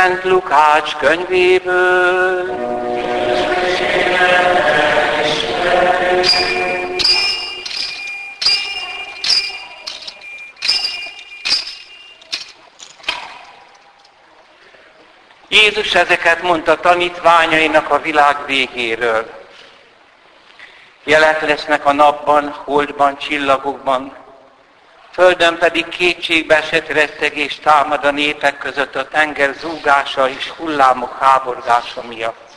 Szent Lukács könyvéből. Jézus ezeket mondta tanítványainak a világ végéről. Jelek lesznek a napban, holdban, csillagokban, földön pedig kétségbeesett rettegés támad a népek között a tenger zúgása és hullámok háborgása miatt.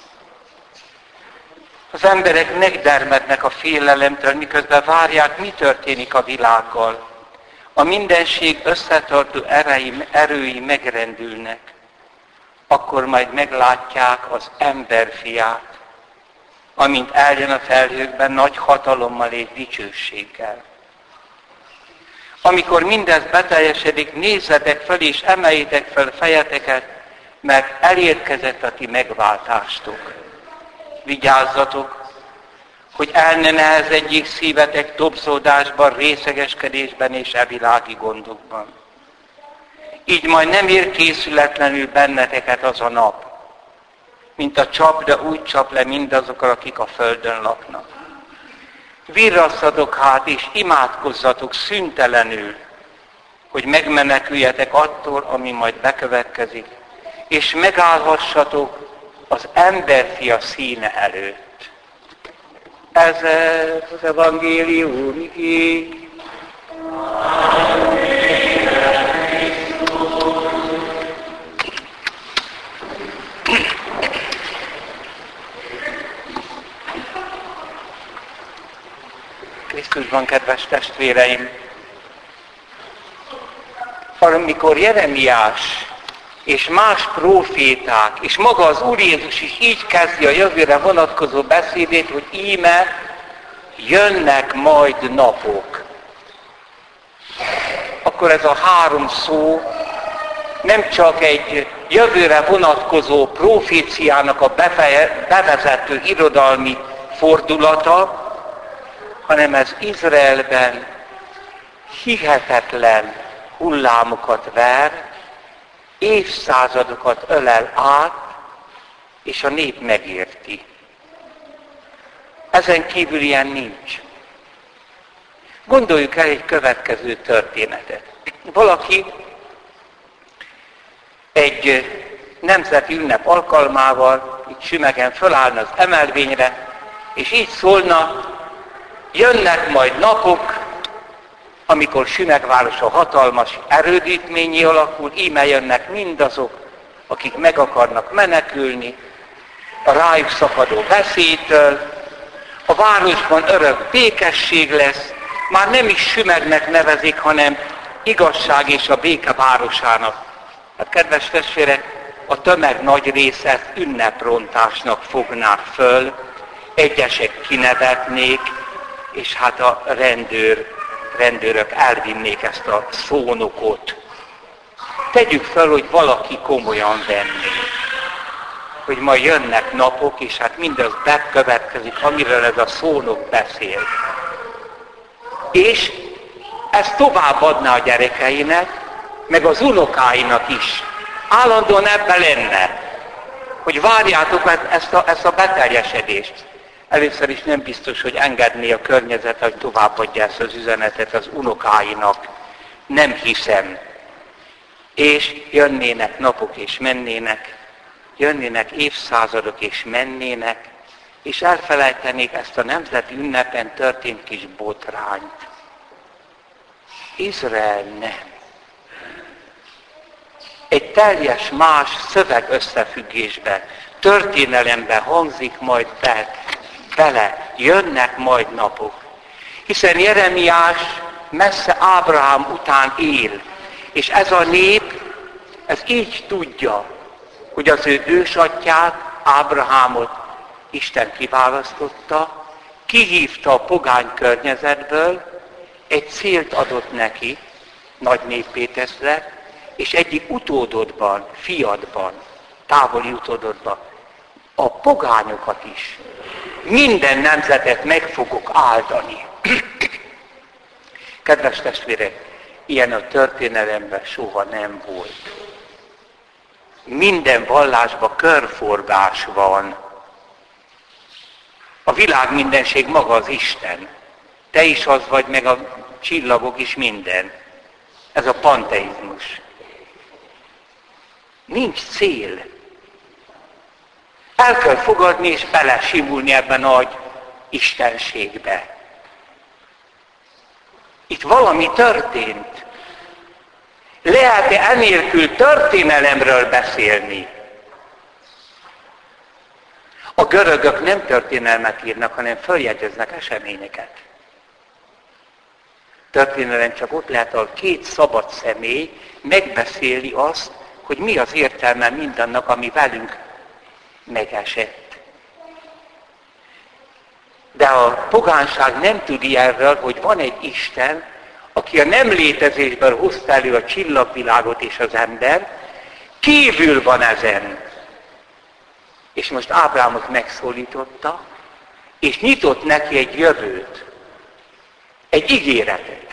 Az emberek megdermednek a félelemtől, miközben várják, mi történik a világgal. A mindenség összetartó erői megrendülnek. Akkor majd meglátják az emberfiát, amint eljön a felhőkben nagy hatalommal és dicsőséggel. Amikor mindez beteljesedik, nézzetek fel és emeljétek fel fejeteket, mert elérkezett a ti megváltástok. Vigyázzatok, hogy el ne nehezedjék szívetek dobzódásban, részegeskedésben és evilági gondokban. Így majd nem ér készületlenül benneteket az a nap, mint a csapda úgy csap le mindazokra, akik a földön laknak. Virrasszatok hát és imádkozzatok szüntelenül, hogy megmeneküljetek attól, ami majd bekövetkezik, és megállhassatok az emberfia színe előtt. Ez az evangélium igény. Krisztusban, kedves testvéreim! Amikor Jeremiás és más próféták, és maga az Úr Jézus is így kezdi a jövőre vonatkozó beszédét, hogy íme jönnek majd napok. Akkor ez a három szó nem csak egy jövőre vonatkozó proféciának a bevezető irodalmi fordulata, hanem ez Izraelben hihetetlen hullámokat ver, évszázadokat ölel át, és a nép megérti. Ezen kívül ilyen nincs. Gondoljuk el egy következő történetet. Valaki egy nemzeti ünnep alkalmával, itt Sümegen fölállna az emelvényre, és így szólna: jönnek majd napok, amikor Sümegvárosa hatalmas erődítménnyé alakul, íme jönnek mindazok, akik meg akarnak menekülni a rájuk szakadó veszélytől, a városban örök békesség lesz, már nem is Sümegnek nevezik, hanem igazság és a béke városának. Hát kedves testvérek, a tömeg nagy része ezt ünneprontásnak fognák föl, egyesek kinevetnék, és hát a rendőrök elvinnék ezt a szónokot. Tegyük fel, hogy valaki komolyan venné, hogy ma jönnek napok, és hát mindaz bekövetkezik, amiről ez a szónok beszél. És ezt továbbadná a gyerekeinek, meg az unokáinak is. Állandóan ebben lenne, hogy várjátok ezt a beteljesedést. Először is nem biztos, hogy engedné a környezet, hogy továbbadja ezt az üzenetet az unokáinak. Nem hiszem. És jönnének napok és mennének, jönnének évszázadok és mennének, és elfelejtenék ezt a nemzeti ünnepen történt kis botrányt. Izrael nem. Egy teljes más szöveg összefüggésbe, történelembe hangzik majd bele, jönnek majd napok. Hiszen Jeremiás messze Ábrahám után él, és ez a nép, ez így tudja, hogy az ő ősatyját, Ábrahámot Isten kiválasztotta, kihívta a pogány környezetből, egy célt adott neki, nagy néppé tesz le, és egyik utódodban, fiadban, távoli utódodban, a pogányokat is, minden nemzetet meg fogok áldani. Kedves testvérek, ilyen a történelemben soha nem volt. minden vallásban körforgás van. A világ mindenség maga az Isten. Te is az vagy, meg a csillagok is minden. Ez a panteizmus. Nincs cél. El kell fogadni és belesimulni ebben a nagy istenségbe. Itt valami történt. Lehet-e enélkül történelemről beszélni? A görögök nem történelmet írnak, hanem följegyeznek eseményeket. Történelem csak ott lehet, ahol két szabad személy megbeszéli azt, hogy mi az értelme mindannak, ami velünk megesett. De a pogánság nem tud ilyenről, hogy van egy Isten, aki a nem létezésből hozta elő a csillagvilágot és az ember, kívül van ezen. És most Ábrahámot megszólította, és nyitott neki egy jövőt, egy ígéretet.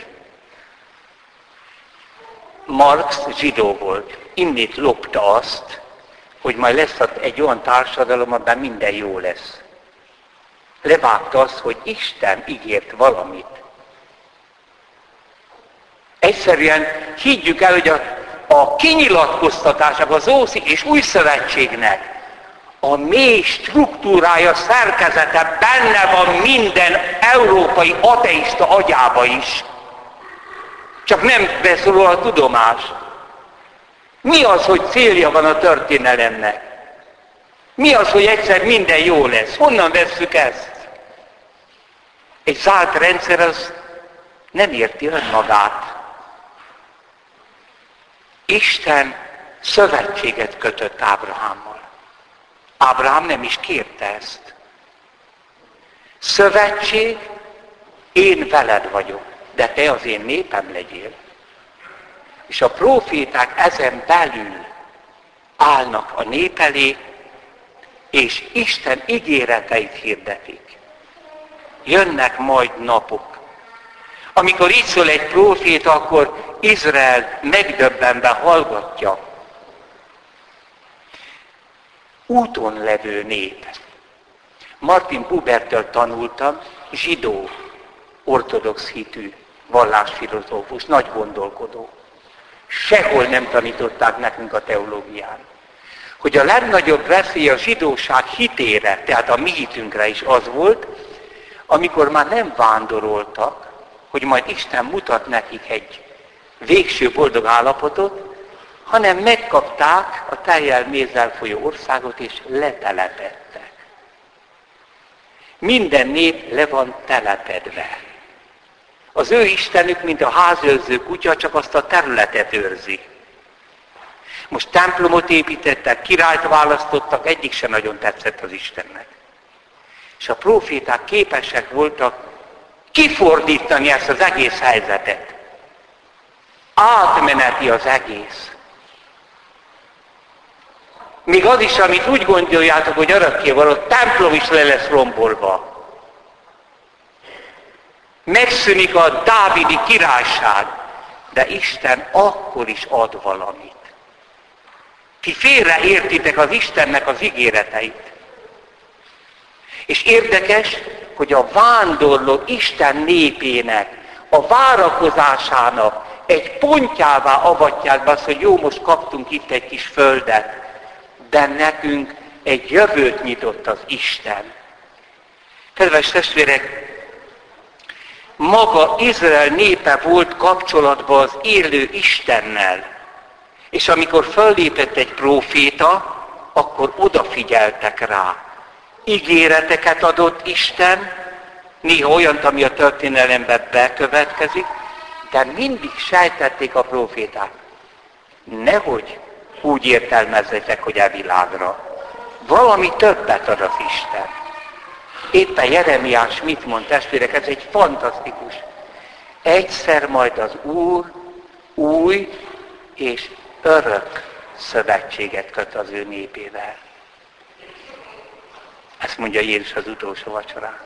Marx zsidó volt, innét lopta azt, hogy majd lesz egy olyan társadalom, abban minden jó lesz. Levágta azt, hogy Isten ígért valamit. Egyszerűen higgyük el, hogy a kinyilatkoztatásnak, az Ószövetségnek és Új Szövetségnek a mély struktúrája, szerkezete benne van minden európai ateista agyába is. Csak nem vesz róla a tudomás. Mi az, hogy célja van a történelemnek? Mi az, hogy egyszer minden jó lesz? Honnan vesszük ezt? Egy zárt rendszer az nem érti önmagát. Isten szövetséget kötött Ábrahámmal. Ábrahám nem is kérte ezt. Szövetség, én veled vagyok, de te az én népem legyél. És a próféták ezen belül állnak a nép elé, és Isten ígéreteit hirdetik. Jönnek majd napok. Amikor így szól egy próféta, akkor Izrael megdöbbenve hallgatja. Úton levő nép. Martin Bubertől tanultam, zsidó, ortodox hitű, vallásfilozófus, nagy gondolkodó. Sehol nem tanították nekünk a teológián. Hogy a legnagyobb veszély a zsidóság hitére, tehát a mi hitünkre is az volt, amikor már nem vándoroltak, hogy majd Isten mutat nekik egy végső boldog állapotot, hanem megkapták a tejjel mézzel folyó országot, és letelepedtek. Minden nép le van telepedve. Az ő istenük, mint a házőrző kutya, csak azt a területet őrzi. Most templomot építettek, királyt választottak, egyik sem nagyon tetszett az Istennek. És a próféták képesek voltak kifordítani ezt az egész helyzetet. Átmeneti az egész. Még az is, amit úgy gondoljátok, hogy örökké való, templom is le lesz rombolva. Megszűnik a dávidi királyság, de Isten akkor is ad valamit. Ti félreértitek az Istennek az ígéreteit. És érdekes, hogy a vándorló Isten népének, a várakozásának egy pontjává avatják be azt, hogy jó, most kaptunk itt egy kis földet, de nekünk egy jövőt nyitott az Isten. Kedves testvérek, maga Izrael népe volt kapcsolatban az élő Istennel. És amikor föllépett egy próféta, akkor odafigyeltek rá. Ígéreteket adott Isten, néha olyant, ami a történelemben bekövetkezik, de mindig sejtették a próféták. Nehogy úgy értelmezzetek, hogy a világra. Valami többet ad az Isten. Éppen Jeremiás mit mond, testvérek, ez egy fantasztikus. Egyszer majd az Úr új és örök szövetséget köt az ő népével. Ezt mondja Jézus az utolsó vacsorán.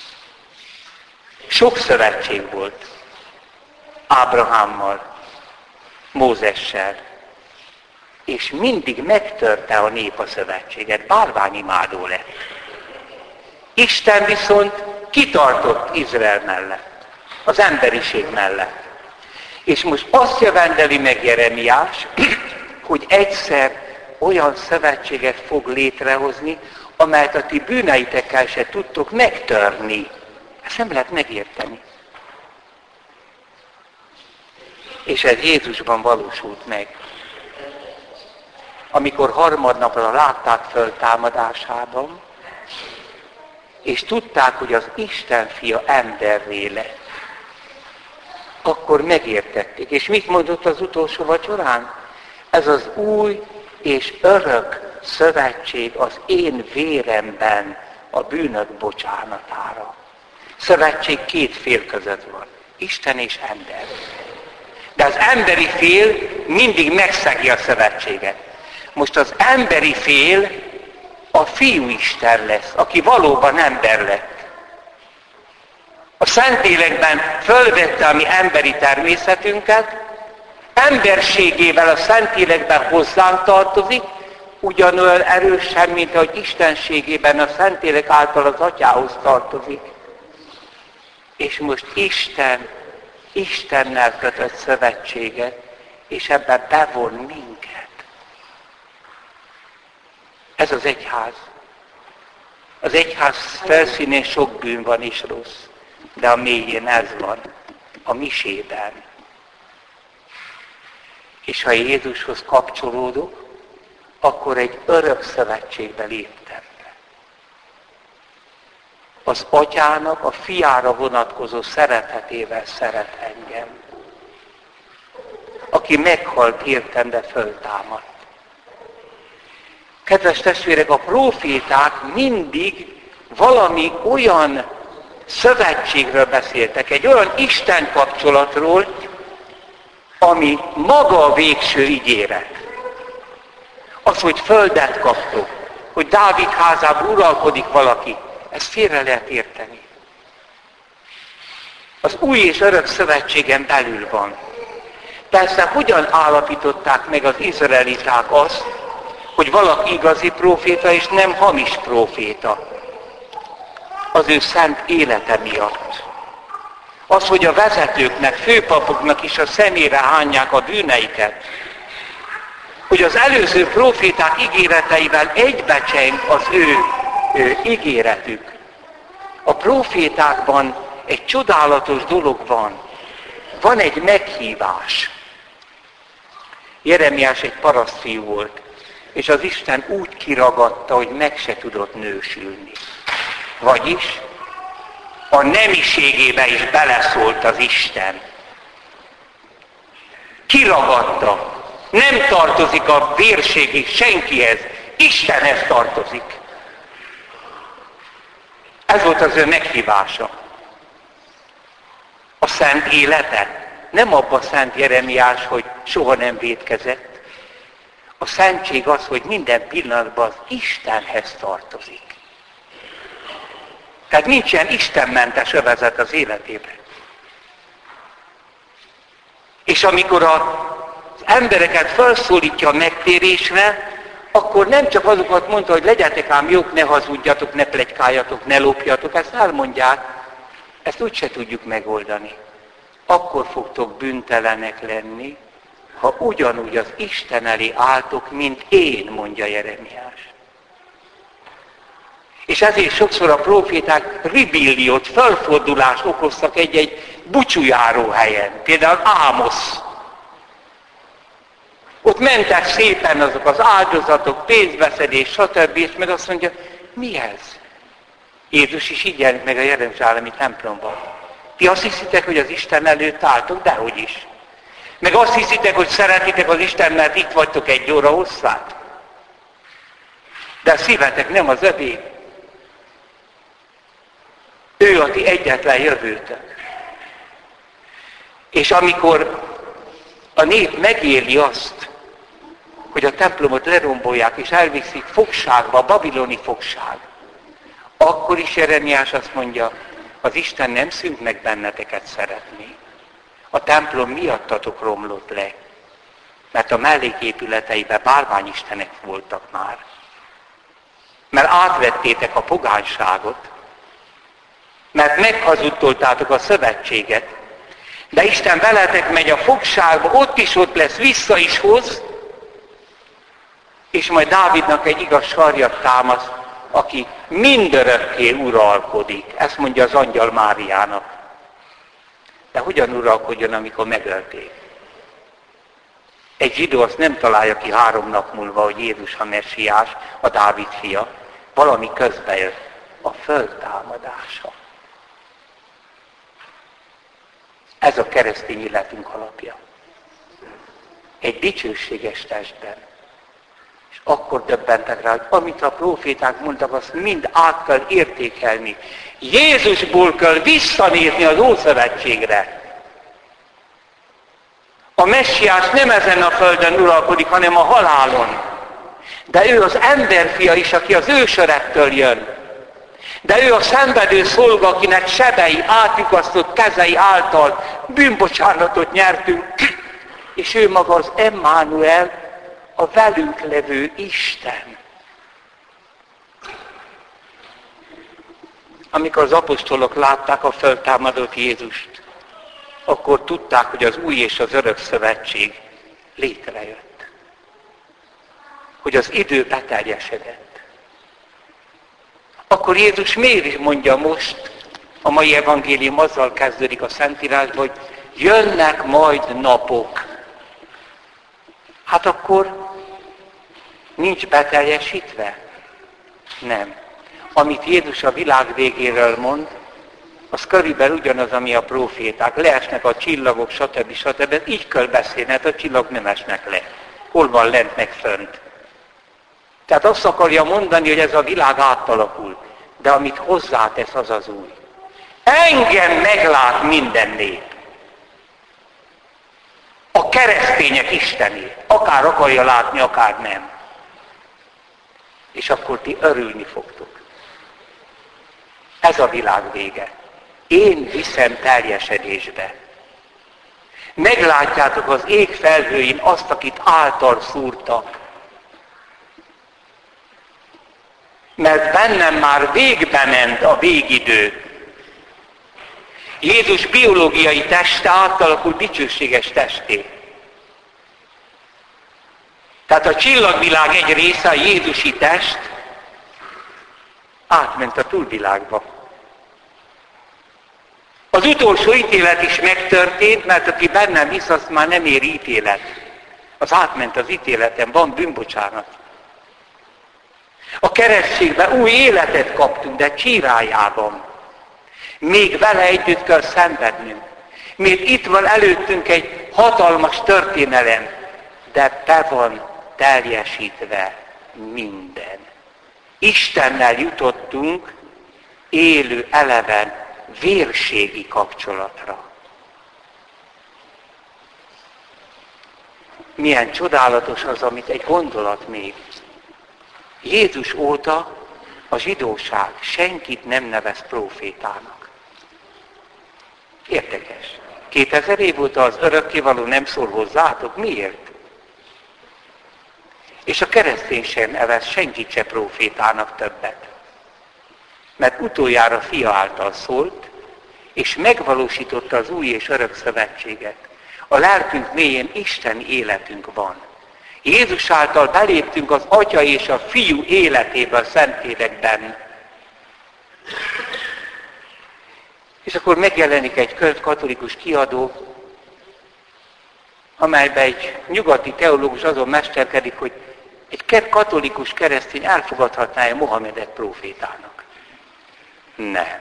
Sok szövetség volt Ábrahámmal, Mózessel. és mindig megtörte a nép a szövetséget, bálványimádó lett. Isten viszont kitartott Izrael mellett, az emberiség mellett. És most azt jövendeli meg Jeremiás, hogy egyszer olyan szövetséget fog létrehozni, amelyet a ti bűneitekkel se tudtok megtörni. Ezt nem lehet megérteni. És ez Jézusban valósult meg. Amikor harmadnapra látták föl támadásában, és tudták, hogy az Isten fia emberré lett, akkor megértették. És mit mondott az utolsó vacsorán? Ez az új és örök szövetség az én véremben a bűnök bocsánatára. Szövetség két fél között van. Isten és ember. De az emberi fél mindig megszegi a szövetséget. Most az emberi fél a fiú Isten lesz, aki valóban ember lett. A Szentlélekben fölvette a mi emberi természetünket, emberségével a Szentlélekben hozzánk tartozik, ugyanolyan erősen, mint ahogy Istenségében a Szentlélek által az Atyához tartozik. És most Istennel kötött szövetséget, és ebben bevon minket. Ez az egyház. Az egyház felszínén sok bűn van és rossz, de a mélyén ez van, a misében. És ha Jézushoz kapcsolódok, akkor egy örök szövetségbe léptem be. Az Atyának a fiára vonatkozó szeretetével szeret engem. Aki meghalt értem, de föltámadt. Kedves testvérek, a próféták mindig valami olyan szövetségről beszéltek, egy olyan Isten kapcsolatról, ami maga a végső ígéret. Az, hogy földet kaptok, hogy Dávid házában uralkodik valaki, ezt félre lehet érteni. Az új és örök szövetségen belül van. Persze hogyan állapították meg az izraeliták azt, hogy valaki igazi próféta és nem hamis próféta? Az ő szent élete miatt. Az, hogy a vezetőknek, főpapoknak is a szemére hányják a bűneiket. Hogy az előző próféták ígéreteivel egybecseng az ő ígéretük. A prófétákban egy csodálatos dolog van. Van egy meghívás. Jeremiás egy parasztfiú volt, és az Isten úgy kiragadta, hogy meg se tudott nősülni. Vagyis a nemiségébe is beleszólt az Isten. Kiragadta. Nem tartozik a vérségig senkihez. Istenhez tartozik. Ez volt az ő meghívása. A szent élete. Nem abba szent Jeremiás, hogy soha nem vétkezett. A szentség az, hogy minden pillanatban az Istenhez tartozik. Tehát nincsen istenmentes övezet az életében. És amikor az embereket felszólítja a megtérésre, akkor nem csak azokat mondta, hogy legyetek ám jók, ne hazudjatok, ne pletykáljatok, ne lopjatok, ezt elmondják, ezt úgyse tudjuk megoldani. Akkor fogtok bűntelenek lenni, ha ugyanúgy az Isten elé álltok, mint én, mondja Jeremiás. És ezért sokszor a próféták ribilliót, felfordulást okoztak egy búcsújáró helyen. Például Ámosz. Ott mentek szépen azok az áldozatok, pénzbeszedés, stb. És meg azt mondja, mi ez? Jézus is így jelent meg a jeruzsálemi templomban. Ti azt hiszitek, hogy az Isten előtt álltok? Dehogy is. Meg azt hiszitek, hogy szeretitek az Isten, mert itt vagytok 1 óra hosszát? De a szívetek nem az övé. Ő a ti egyetlen jövőtök. És amikor a nép megéli azt, hogy a templomot lerombolják és elviszik fogságba, a babiloni fogság, akkor is Jeremiás azt mondja, az Isten nem szűnt meg benneteket szeretni. A templom miattatok romlott le. Mert a melléképületeiben bálványistenek voltak már. Mert átvettétek a pogányságot. Mert meghazudtoltátok a szövetséget. De Isten veletek megy a fogságba, ott lesz, vissza is hoz, és majd Dávidnak egy igaz sarjat támaszt, aki mindörökké uralkodik. Ezt mondja az angyal Máriának. De hogyan uralkodjon, amikor megölték? Egy zsidó azt nem találja ki 3 nap múlva, hogy Jézus a messiás, a Dávid fia. Valami közbe jött. A földtámadása. Ez a keresztény életünk alapja. Egy dicsőséges testben. És akkor döbbentek rá, hogy amit a próféták mondtak, azt mind át kell értékelni. Jézusból kell visszanézni az Ószövetségre. A messiás nem ezen a földön uralkodik, hanem a halálon. De ő az emberfia is, aki az ősörektől jön. De ő a szenvedő szolga, akinek sebei, átlyukasztott kezei által bűnbocsánatot nyertünk. És ő maga az Emmanuel, a velünk levő Isten. Amikor az apostolok látták a föltámadott Jézust, akkor tudták, hogy az új és az örök szövetség létrejött. Hogy az idő beteljesedett. Akkor Jézus miért mondja most, a mai evangélium azzal kezdődik a Szentírásban, hogy jönnek majd napok. Hát akkor nincs beteljesítve? Nem. Amit Jézus a világ végéről mond, az körülbelül ugyanaz, ami a próféták. Leesnek a csillagok, stb. Így kell beszélni, hát a csillagok nem esnek le. Hol van lent meg fönt? Tehát azt akarja mondani, hogy ez a világ átalakul. De amit hozzátesz, az az új. Engem meglát minden nép. A keresztények Istenét. Akár akarja látni, akár nem. És akkor ti örülni fogtok. Ez a világ vége. Én viszem teljesedésbe. Meglátjátok az ég felhőin azt, akit által szúrtak. Mert bennem már végbe ment a végidő. Jézus biológiai teste átalakult dicsőséges testé. Tehát a csillagvilág egy része, a jézusi test, átment a túlvilágba. Az utolsó ítélet is megtörtént, mert aki bennem hisz, azt már nem ér ítélet. Az átment az ítéleten, van bűnbocsánat. A keresztségben új életet kaptunk, de csírájában. Még vele együtt kell szenvednünk. Még itt van előttünk egy hatalmas történelem, de be van teljesítve minden. Istennel jutottunk élő, eleven, vérségi kapcsolatra. Milyen csodálatos az, amit egy gondolat még. Jézus óta a zsidóság senkit nem nevez prófétának. Érdekes. 2000 év óta az örökkévaló nem szól hozzátok. Miért? És a keresztény sem nevez senkit se prófétának többet. Mert utoljára Fia által szólt, és megvalósította az új és örök szövetséget. A lelkünk mélyén Isten életünk van. Jézus által beléptünk az Atya és a Fiú életébe a Szentlélekben. És akkor megjelenik egy könyv, katolikus kiadó, amelyben egy nyugati teológus azon mesterkedik, hogy egy katolikus keresztény elfogadhatná-e Mohamedet prófétának. Nem.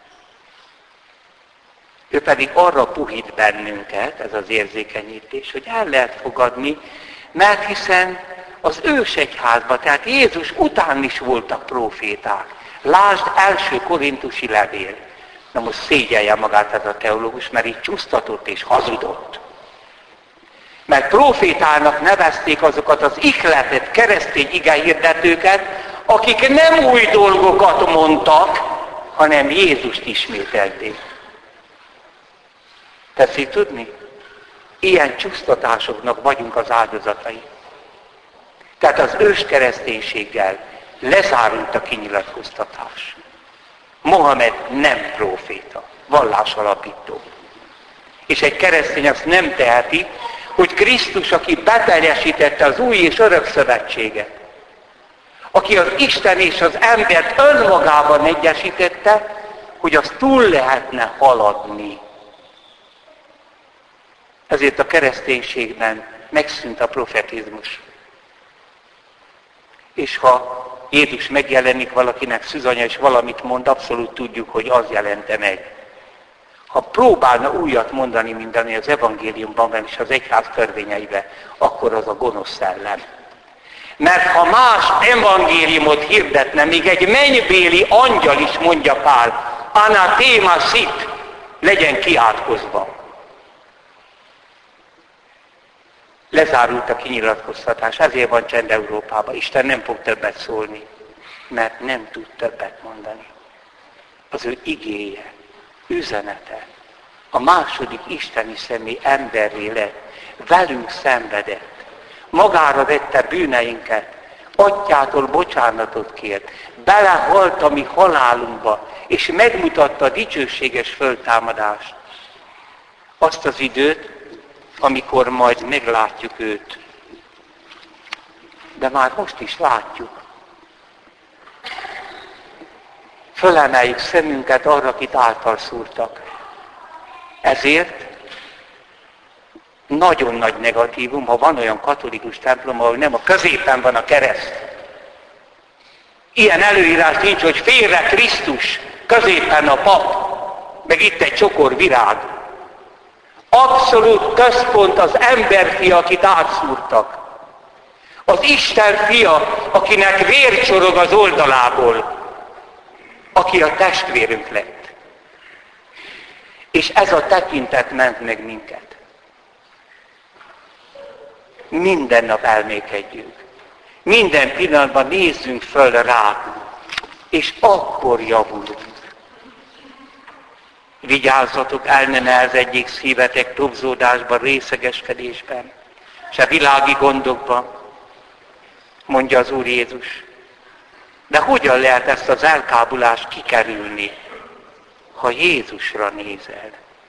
Ő pedig arra puhít bennünket, ez az érzékenyítés, hogy el lehet fogadni, mert hiszen az ősegyházban, tehát Jézus után is voltak próféták. Lásd első korintusi levél. Na most szégyelje magát ez a teológus, mert így csúsztatott és hazudott. Mert prófétának nevezték azokat az ihletett keresztény igehirdetőket, akik nem új dolgokat mondtak, hanem Jézust ismételték. Teszik tudni? ilyen csúsztatásoknak vagyunk az áldozatai. Tehát az őskereszténységgel lezárult a kinyilatkoztatás. Mohamed nem próféta, vallásalapító. És egy keresztény azt nem teheti, hogy Krisztus, aki beteljesítette az új és örök szövetséget, aki az Isten és az embert önmagában egyesítette, hogy az túl lehetne haladni. Ezért a kereszténységben megszűnt a profetizmus. És ha Jézus megjelenik valakinek szűzanya, és valamit mond, abszolút tudjuk, hogy az jelente meg. Ha próbálna újat mondani, mint ami az evangéliumban van, és az egyház törvényeiben, akkor az a gonosz szellem. Mert ha más evangéliumot hirdetne, még egy mennybéli angyal is, mondja Pál, anatéma szit, legyen kiátkozva. Lezárult a kinyilatkoztatás, ezért van csend Európában. Isten nem fog többet szólni, mert nem tud többet mondani. Az ő igéje, üzenete, a második isteni személy emberré lett, velünk szenvedett, magára vette bűneinket, Atyától bocsánatot kért, belehalt a mi halálunkba, és megmutatta a dicsőséges föltámadást. Azt az időt, amikor majd meglátjuk őt. De már most is látjuk. Fölemeljük szemünket arra, akit által szúrtak. Ezért nagyon nagy negatívum, ha van olyan katolikus templom, ahol nem a középen van a kereszt. Ilyen előírás nincs, hogy félre Krisztus, középen a pap, meg itt egy csokor virág. Abszolút központ az emberfia, akit átszúrtak. Az Isten fia, akinek vér csorog az oldalából, aki a testvérünk lett. És ez a tekintet ment meg minket. Minden nap elmékedjünk. Minden pillanatban nézzünk föl rá, és akkor javulunk. Vigyázzatok, el ne nehezedjék szívetek tobzódásban, részegeskedésben, se világi gondokban, mondja az Úr Jézus. De hogyan lehet ezt az elkábulást kikerülni, ha Jézusra nézel?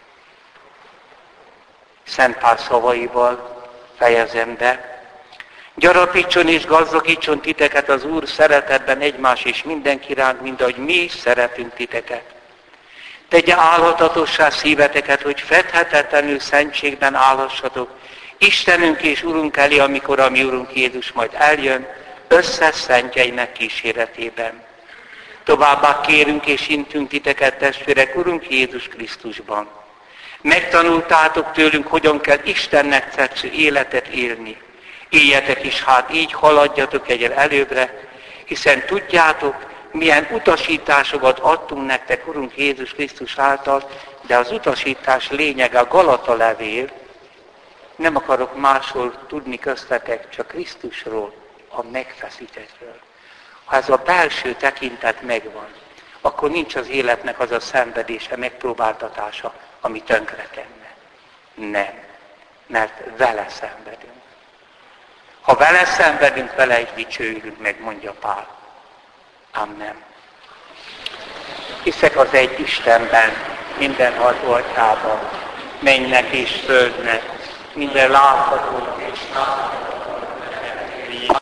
Szent Pál szavaival fejezem be. Gyarapítson és gazdagítson titeket az Úr szeretetben egymás és mindenki iránt, mint ahogy mi is szeretünk titeket. Tegye állhatatossá szíveteket, hogy fedhetetlenül szentségben állhassatok Istenünk és Urunk elé, amikor a mi Urunk Jézus majd eljön, összes szentjeinek kíséretében. Továbbá kérünk és intünk titeket, testvérek, Urunk Jézus Krisztusban. Megtanultátok tőlünk, hogyan kell Istennek tetsző életet élni. Éljetek is hát így, haladjatok egyre előbbre, hiszen tudjátok, milyen utasításokat adtunk nektek, Urunk Jézus Krisztus által, de az utasítás lényege a Galata levél. Nem akarok máshol tudni köztetek, csak Krisztusról, a megfeszítettről. Ha ez a belső tekintet megvan, akkor nincs az életnek az a szenvedése, megpróbáltatása, ami tönkre tenne. Nem, mert vele szenvedünk. Ha vele szenvedünk, vele is dicsőülünk meg, mondja Pál. Amen. Hiszek az egy Istenben, mindenható Atyában, mennynek és földnek, minden látható és látható.